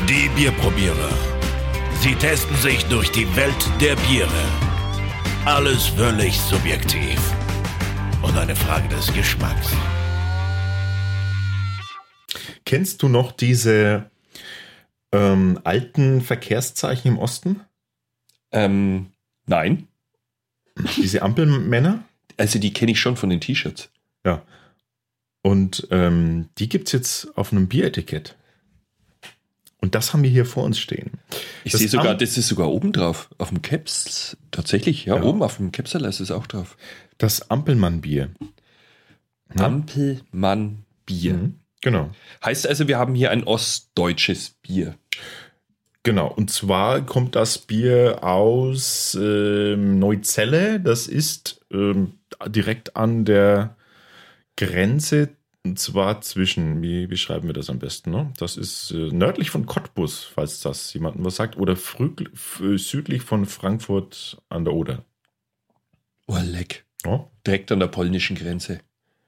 Die Bierprobierer. Sie testen sich durch die Welt der Biere. Alles völlig subjektiv. Und eine Frage des Geschmacks. Kennst du noch diese alten Verkehrszeichen im Osten? Nein. Diese Ampelmänner? Also die kenne ich schon von den T-Shirts. Ja. Und die gibt es jetzt auf einem Bieretikett. Und das haben wir hier vor uns stehen. Ich sehe sogar, das ist sogar oben drauf. Auf dem Caps. Tatsächlich, ja. Oben auf dem Capsaler ist es auch drauf. Das Ampelmann-Bier. Ja. Ampelmann-Bier. Mhm, genau. Heißt also, wir haben hier ein ostdeutsches Bier. Genau, und zwar kommt das Bier aus Neuzelle. Das ist direkt an der Grenze, und zwar zwischen, wie beschreiben wir das am besten? Ne? Das ist nördlich von Cottbus, falls das jemandem was sagt, oder südlich von Frankfurt an der Oder. Oh, leck. Ja? Direkt an der polnischen Grenze.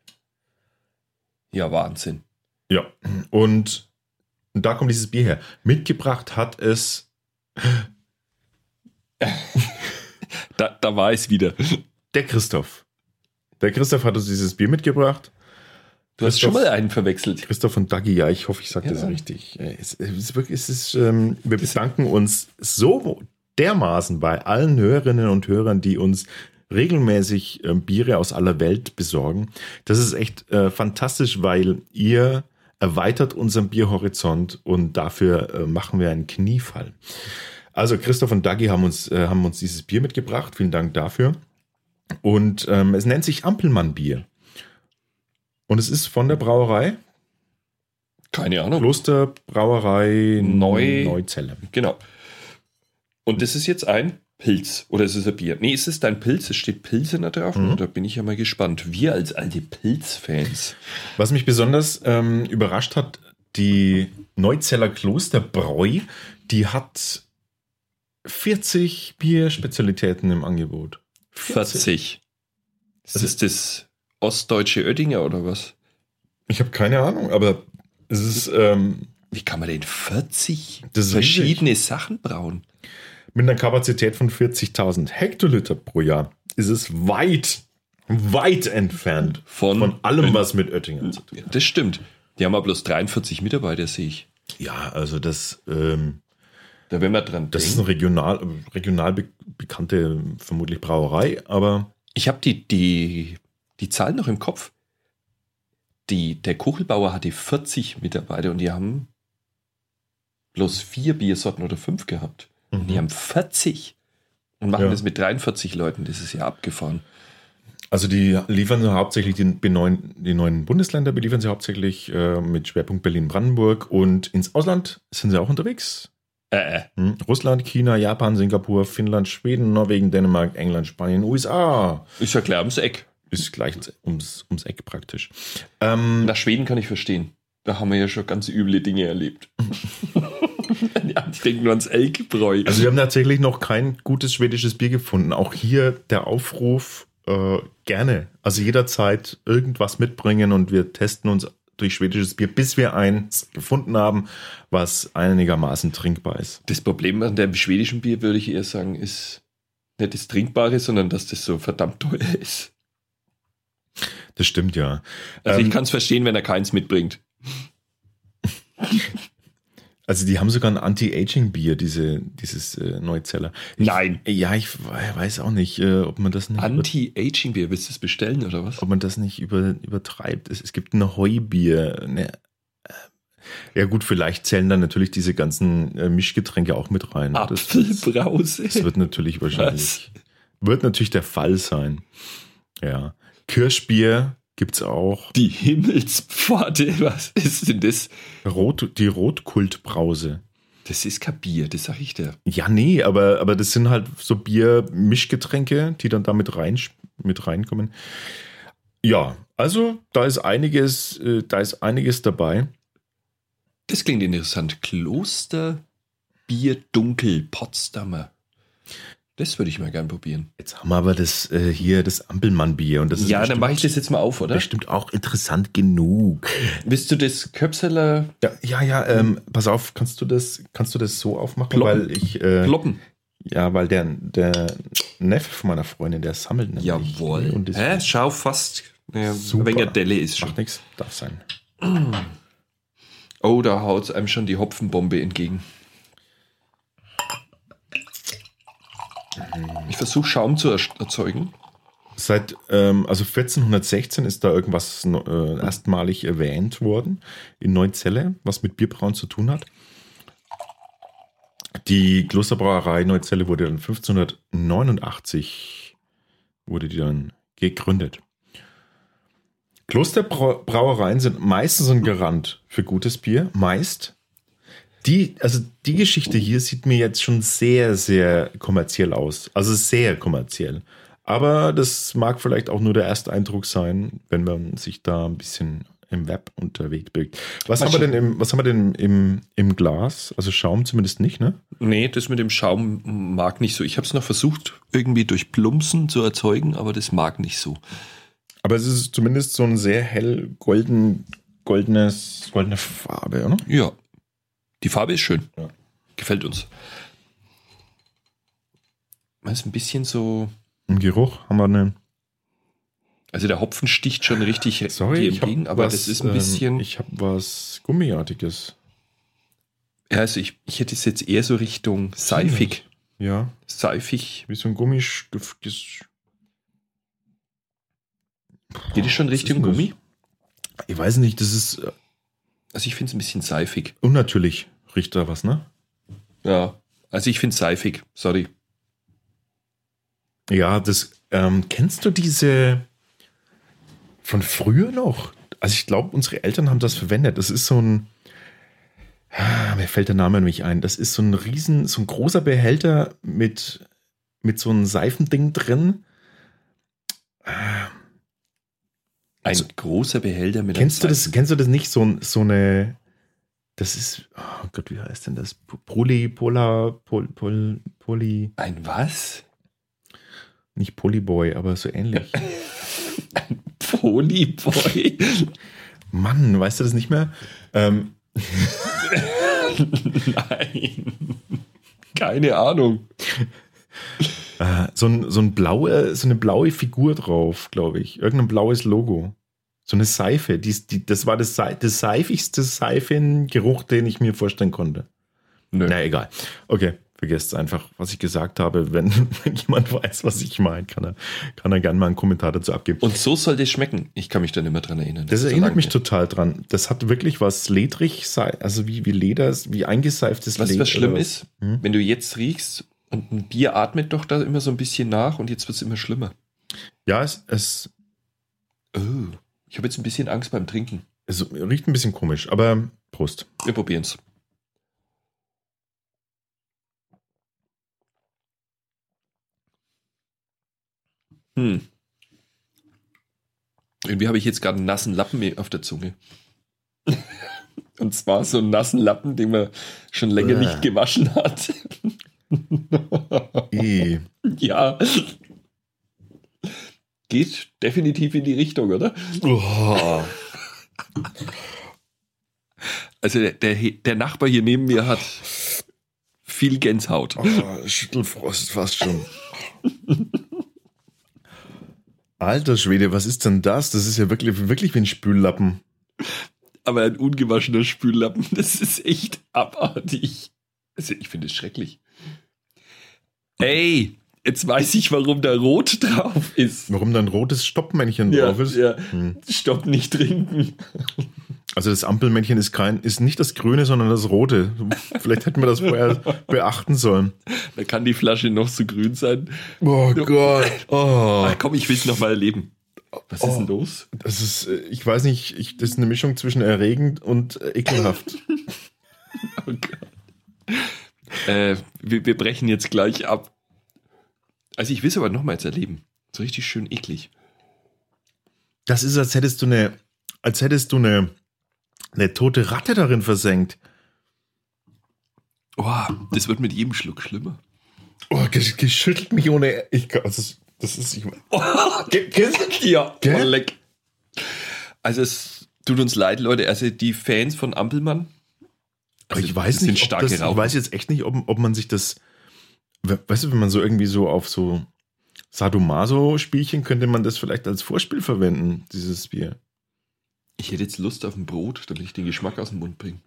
Ja, Wahnsinn. Ja, und da kommt dieses Bier her. Mitgebracht hat es... Da war es wieder. Der Christoph. Der Christoph hat uns dieses Bier mitgebracht. Du hast schon mal einen verwechselt. Christoph und Dagi, ja, ich hoffe, ich sage das richtig. Wir bedanken uns so dermaßen bei allen Hörerinnen und Hörern, die uns regelmäßig Biere aus aller Welt besorgen. Das ist echt fantastisch, weil ihr erweitert unseren Bierhorizont und dafür machen wir einen Kniefall. Also Christoph und Dagi haben uns dieses Bier mitgebracht. Vielen Dank dafür. Und es nennt sich Ampelmann-Bier. Und es ist von der Brauerei? Keine Ahnung. Klosterbrauerei Neuzelle. Genau. Und das ist jetzt ein Pilz. Oder ist es ein Bier? Nee, es ist ein Pilz. Es steht Pilsener drauf. Und da bin ich ja mal gespannt. Wir als alte Pilzfans. Was mich besonders überrascht hat, die Neuzeller Klosterbräu, die hat 40 Bierspezialitäten im Angebot. 40. Das ist das ostdeutsche Oettinger oder was? Ich habe keine Ahnung, aber es ist... Wie kann man denn 40 verschiedene Sachen brauen? Mit einer Kapazität von 40.000 Hektoliter pro Jahr ist es weit entfernt von allem, was mit Oettinger zu tun hat. Das stimmt. Die haben aber bloß 43 Mitarbeiter, sehe ich. Ja, also das... da wenn man dran das ist eine regional bekannte, vermutlich Brauerei, aber... Ich habe die Zahlen noch im Kopf. Der Kuchelbauer hatte 40 Mitarbeiter und die haben bloß 4 Biersorten oder 5 gehabt. Und die haben 40 und machen das mit 43 Leuten. Das ist ja abgefahren. Also die liefern hauptsächlich die neuen Bundesländer, beliefern sie hauptsächlich mit Schwerpunkt Berlin-Brandenburg, und ins Ausland sind sie auch unterwegs. Russland, China, Japan, Singapur, Finnland, Schweden, Norwegen, Dänemark, England, Spanien, USA. Ist ja klar ums Eck. Ist gleich ums Eck praktisch. Nach Schweden kann ich verstehen. Da haben wir ja schon ganz üble Dinge erlebt. Ja, ich denke nur ans Elkbräu. Also wir haben tatsächlich noch kein gutes schwedisches Bier gefunden. Auch hier der Aufruf, gerne. Also jederzeit irgendwas mitbringen und wir testen uns durch schwedisches Bier, bis wir eins gefunden haben, was einigermaßen trinkbar ist. Das Problem an dem schwedischen Bier, würde ich eher sagen, ist nicht das Trinkbare, sondern dass das so verdammt teuer ist. Das stimmt, ja. Also ich kann es verstehen, wenn er keins mitbringt. Also die haben sogar ein Anti-Aging-Bier, dieses Neuzeller. Nein. Ja, ich weiß auch nicht, ob man das nicht... Anti-Aging-Bier, willst du das bestellen oder was? Ob man das nicht übertreibt. Es gibt ein Heubier. Ja gut, vielleicht zählen dann natürlich diese ganzen Mischgetränke auch mit rein. Apfelbrause. Das wird natürlich wahrscheinlich... Wird natürlich der Fall sein. Ja. Kirschbier gibt's auch. Die Himmelspforte, was ist denn das? Die Rotkultbrause. Das ist kein Bier, das sag ich dir. Ja, nee, aber das sind halt so Bier-Mischgetränke, die dann da mit reinkommen. Ja, also da ist einiges dabei. Das klingt interessant. Klosterbier Dunkel Potsdamer. Das würde ich mal gern probieren. Jetzt haben wir aber das hier, das Ampelmann-Bier. Und das ist Ja, dann mache ich das jetzt mal auf, oder? Bestimmt auch interessant genug. Willst du das Köpseler Ja, pass auf, kannst du das so aufmachen? Ploppen. Weil ich... ploppen? Ja, weil der Neffe von meiner Freundin, der sammelt nämlich. Jawohl. Und das Schau, fast ein super. wenig Delle ist schon. Macht nichts, darf sein. Oh, da haut einem schon die Hopfenbombe entgegen. Ich versuche Schaum zu erzeugen. Seit 1416 ist da irgendwas erstmalig erwähnt worden in Neuzelle, was mit Bierbrauen zu tun hat. Die Klosterbrauerei Neuzelle wurde dann 1589 wurde die dann gegründet. Klosterbrauereien sind meistens ein Garant für gutes Bier. Meist. Die Geschichte hier sieht mir jetzt schon sehr, sehr kommerziell aus. Also sehr kommerziell. Aber das mag vielleicht auch nur der erste Eindruck sein, wenn man sich da ein bisschen im Web unterwegs bewegt. Was haben wir denn im Glas? Also Schaum zumindest nicht, ne? Nee, das mit dem Schaum mag nicht so. Ich habe es noch versucht, irgendwie durch Plumpsen zu erzeugen, aber das mag nicht so. Aber es ist zumindest so ein sehr hell goldene Farbe, oder? Ja. Die Farbe ist schön. Ja. Gefällt uns. Man ist ein bisschen so... Im Geruch haben wir einen... Also der Hopfen sticht schon richtig Sorry, entgegen, aber das ist ein bisschen... ich habe was Gummiartiges. Ja, also ich hätte es jetzt eher so Richtung seifig. Ja. Seifig. Wie so ein Gummistift. Geht es schon Richtung Gummi? Ich weiß nicht, das ist... Also ich finde es ein bisschen seifig. Unnatürlich riecht da was, ne? Ja, also ich finde es seifig, sorry. Ja, das... kennst du diese... Von früher noch? Also ich glaube, unsere Eltern haben das verwendet. Das ist so ein... Mir fällt der Name nicht ein. Das ist so ein großer Behälter mit so einem Seifending drin. Ein großer Behälter mit Kennst du das nicht? So eine... Das ist... Oh Gott, wie heißt denn das? Poly... Ein was? Nicht Polyboy, aber so ähnlich. Ein Polyboy? Mann, weißt du das nicht mehr? Nein. Keine Ahnung. So eine blaue Figur drauf, glaube ich. Irgendein blaues Logo. So eine Seife. Das war das seifigste Seifengeruch, den ich mir vorstellen konnte. Nö. Na, egal. Okay, vergesst einfach, was ich gesagt habe. Wenn jemand weiß, was ich meine, kann er gerne mal einen Kommentar dazu abgeben. Und so soll das schmecken. Ich kann mich da nicht mehr dran erinnern. Das erinnert mich total dran. Das hat wirklich was ledrig, also wie Leder, wie eingeseiftes Leder. Was schlimm ist, wenn du jetzt riechst und ein Bier atmet doch da immer so ein bisschen nach und jetzt wird es immer schlimmer. Ja, es ich habe jetzt ein bisschen Angst beim Trinken. Es riecht ein bisschen komisch, aber Prost. Wir probieren es. Irgendwie habe ich jetzt gerade einen nassen Lappen auf der Zunge. Und zwar so einen nassen Lappen, den man schon länger nicht gewaschen hat. Ja. Geht definitiv in die Richtung, oder? Oh. Also der Nachbar hier neben mir hat viel Gänsehaut. Schüttelfrost fast schon. Alter Schwede, was ist denn das? Das ist ja wirklich wie ein Spüllappen. Aber ein ungewaschener Spüllappen, das ist echt abartig. Also ich finde es schrecklich. Ey, jetzt weiß ich, warum da rot drauf ist. Warum da ein rotes Stoppmännchen drauf ist? Ja, Stopp, nicht trinken. Also das Ampelmännchen ist nicht das Grüne, sondern das Rote. Vielleicht hätten wir das vorher beachten sollen. Da kann die Flasche noch so grün sein. Oh Gott. Oh. Ach, komm, ich will es nochmal erleben. Was ist denn los? Das ist, ich weiß nicht, das ist eine Mischung zwischen erregend und ekelhaft. Oh Gott. Wir brechen jetzt gleich ab. Also ich will es aber nochmals erleben. So richtig schön eklig. Das ist, als hättest du eine tote Ratte darin versenkt. Oh, das wird mit jedem Schluck schlimmer. Oh, geschüttelt mich ohne. Das ist. Ja, Gell? leck. Also es tut uns leid, Leute. Also die Fans von Ampelmann. Aber ich das weiß sind nicht, starke ich Raucher. weiß jetzt echt nicht, ob man sich das. Weißt du, wenn man so irgendwie so auf so Sadomaso-Spielchen könnte man das vielleicht als Vorspiel verwenden, dieses Bier. Ich hätte jetzt Lust auf ein Brot, damit ich den Geschmack aus dem Mund bringe.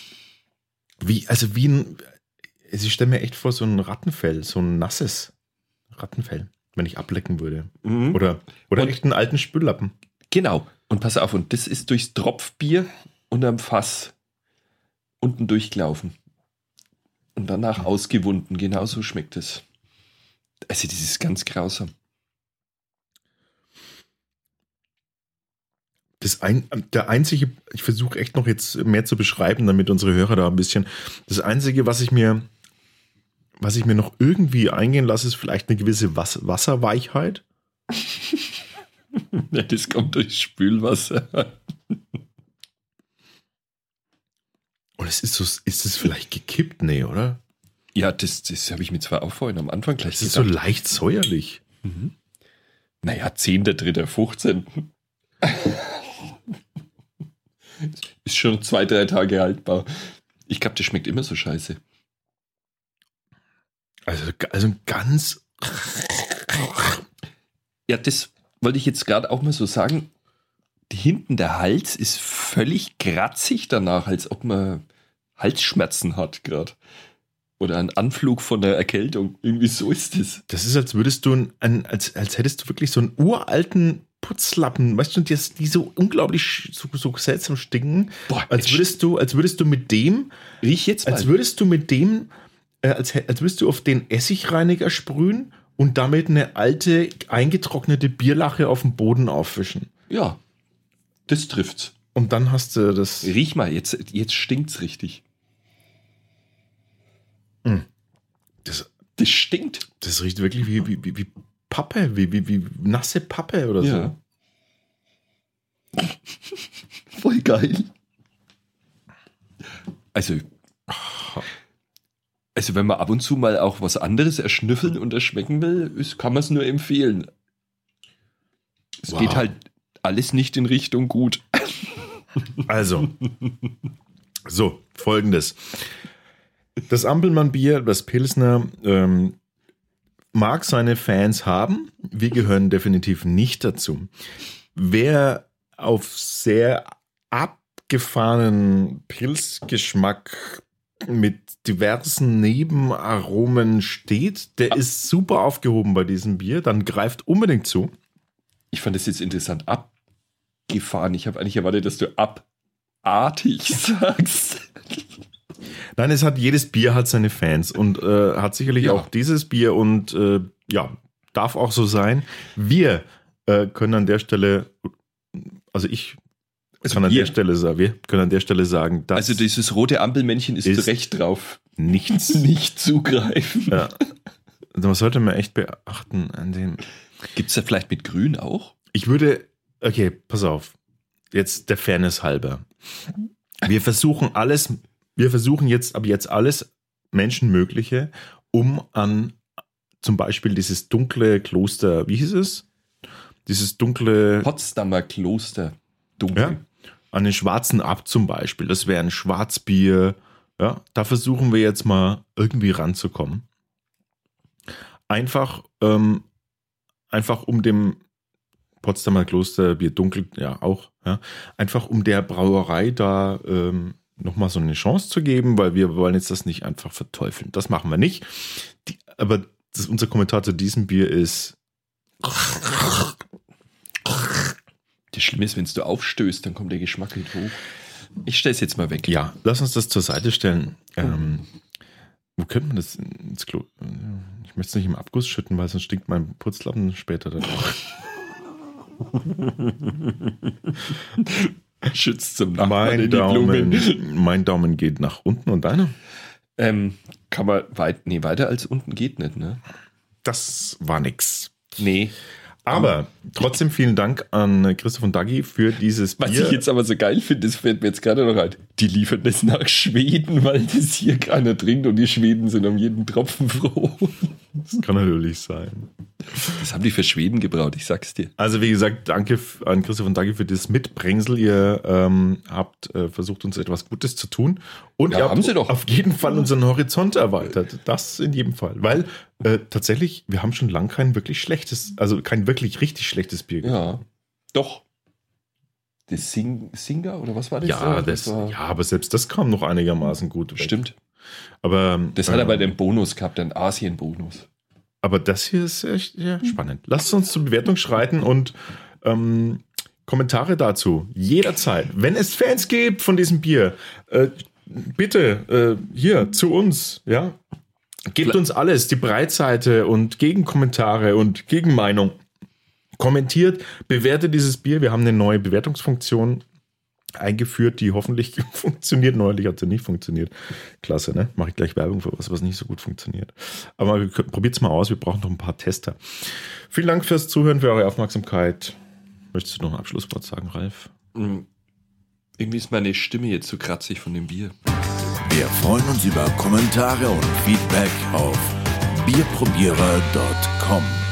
Ich stelle mir echt vor, so ein Rattenfell, so ein nasses Rattenfell, wenn ich ablecken würde. Mhm. Oder echt einen alten Spüllappen. Genau. Und pass auf, und das ist durchs Tropfbier unterm Fass unten durchgelaufen. Und danach ausgewunden. Genauso schmeckt es. Also das ist ganz grausam. Der einzige, ich versuche echt noch jetzt mehr zu beschreiben, damit unsere Hörer da ein bisschen, das einzige, was ich mir noch irgendwie eingehen lasse, ist vielleicht eine gewisse Wasserweichheit. Ja, das kommt durchs Spülwasser. Und ist es vielleicht gekippt? Nee, oder? Ja, das habe ich mir zwar auch vorhin am Anfang gleich Das ist so leicht säuerlich. Mhm. Naja, 10.3.15. Ist schon 2-3 Tage haltbar. Ich glaube, das schmeckt immer so scheiße. Also ganz. Ja, das wollte ich jetzt gerade auch mal so sagen. Hinten der Hals ist völlig kratzig danach, als ob man Halsschmerzen hat gerade. Oder einen Anflug von der Erkältung. Irgendwie so ist es. Das ist, als würdest du als hättest du wirklich so einen uralten Putzlappen, weißt du, die so unglaublich so seltsam stinken. Boah, als würdest du mit dem, riech jetzt mal. als würdest du auf den Essigreiniger sprühen und damit eine alte, eingetrocknete Bierlache auf dem Boden aufwischen. Ja, das trifft's. Und dann hast du das. Riech mal, jetzt stinkt's richtig. Das stinkt. Das riecht wirklich wie Pappe, wie nasse Pappe oder so. Ja. Voll geil. Also wenn man ab und zu mal auch was anderes erschnüffeln und erschmecken will, kann man es nur empfehlen. Es geht halt alles nicht in Richtung gut. Also, so, Folgendes. Das Ampelmann-Bier, das Pilsner, mag seine Fans haben. Wir gehören definitiv nicht dazu. Wer auf sehr abgefahrenen Pilzgeschmack mit diversen Nebenaromen steht, der ist super aufgehoben bei diesem Bier. Dann greift unbedingt zu. Ich fand das jetzt interessant. Abgefahren. Ich habe eigentlich erwartet, dass du abartig sagst. Nein, jedes Bier hat seine Fans und hat sicherlich auch dieses Bier und darf auch so sein. Wir können an der Stelle, wir können an der Stelle sagen, dass also dieses rote Ampelmännchen ist zu Recht drauf. Nichts. Nicht zugreifen. Ja. Das sollte man echt beachten an dem. Gibt es da vielleicht mit Grün auch? Okay, pass auf. Jetzt der Fairness halber. Wir versuchen jetzt ab jetzt alles Menschenmögliche, um an zum Beispiel dieses dunkle Kloster, wie hieß es? Dieses dunkle Potsdamer Kloster. Dunkel. Ja, an den schwarzen Abt zum Beispiel. Das wäre ein Schwarzbier. Ja, da versuchen wir jetzt mal irgendwie ranzukommen. Einfach um dem Potsdamer Klosterbier dunkel, ja auch, ja, einfach um der Brauerei da nochmal so eine Chance zu geben, weil wir wollen jetzt das nicht einfach verteufeln. Das machen wir nicht. Aber unser Kommentar zu diesem Bier ist. Das Schlimme ist, wenn du aufstößt, dann kommt der Geschmack nicht hoch. Ich stelle es jetzt mal weg. Ja, lass uns das zur Seite stellen. Wo könnte man das ins Klo? Ich möchte es nicht im Abguss schütten, weil sonst stinkt mein Putzlappen später danach. Schützt zum Nachbarn in die Blumen. Mein Daumen geht nach unten und deiner? Kann man weiter als unten geht nicht, ne? Das war nix. Nee. Aber trotzdem vielen Dank an Christoph und Dagi für dieses Bier. Was ich jetzt aber so geil finde, das fällt mir jetzt gerade noch ein. Die liefern das nach Schweden, weil das hier keiner trinkt und die Schweden sind um jeden Tropfen froh. Das kann natürlich sein. Das haben die für Schweden gebraut, ich sag's dir. Also wie gesagt, danke an Christoph und danke für das Mitbringsel. Ihr habt versucht, uns etwas Gutes zu tun. Und Ja, ihr haben habt sie doch. auf jeden Fall unseren Horizont erweitert. Das in jedem Fall. Weil tatsächlich, wir haben schon lange kein wirklich richtig schlechtes Bier gehabt. Ja, doch. Das Singer oder was war das? Ja, aber selbst das kam noch einigermaßen gut weg. Stimmt. Aber Das hat aber den Bonus gehabt, den Asien-Bonus. Aber das hier ist echt spannend. Lasst uns zur Bewertung schreiten und Kommentare dazu. Jederzeit. Wenn es Fans gibt von diesem Bier, bitte hier zu uns. Ja? Gebt uns alles, die Breitseite und Gegenkommentare und Gegenmeinung. Kommentiert, bewertet dieses Bier. Wir haben eine neue Bewertungsfunktion eingeführt, die hoffentlich funktioniert. Neulich hat sie nicht funktioniert. Klasse, ne? Mache ich gleich Werbung für was nicht so gut funktioniert. Aber probiert es mal aus. Wir brauchen noch ein paar Tester. Vielen Dank fürs Zuhören, für eure Aufmerksamkeit. Möchtest du noch ein Abschlusswort sagen, Ralf? Irgendwie ist meine Stimme jetzt so kratzig von dem Bier. Wir freuen uns über Kommentare und Feedback auf bierprobierer.com.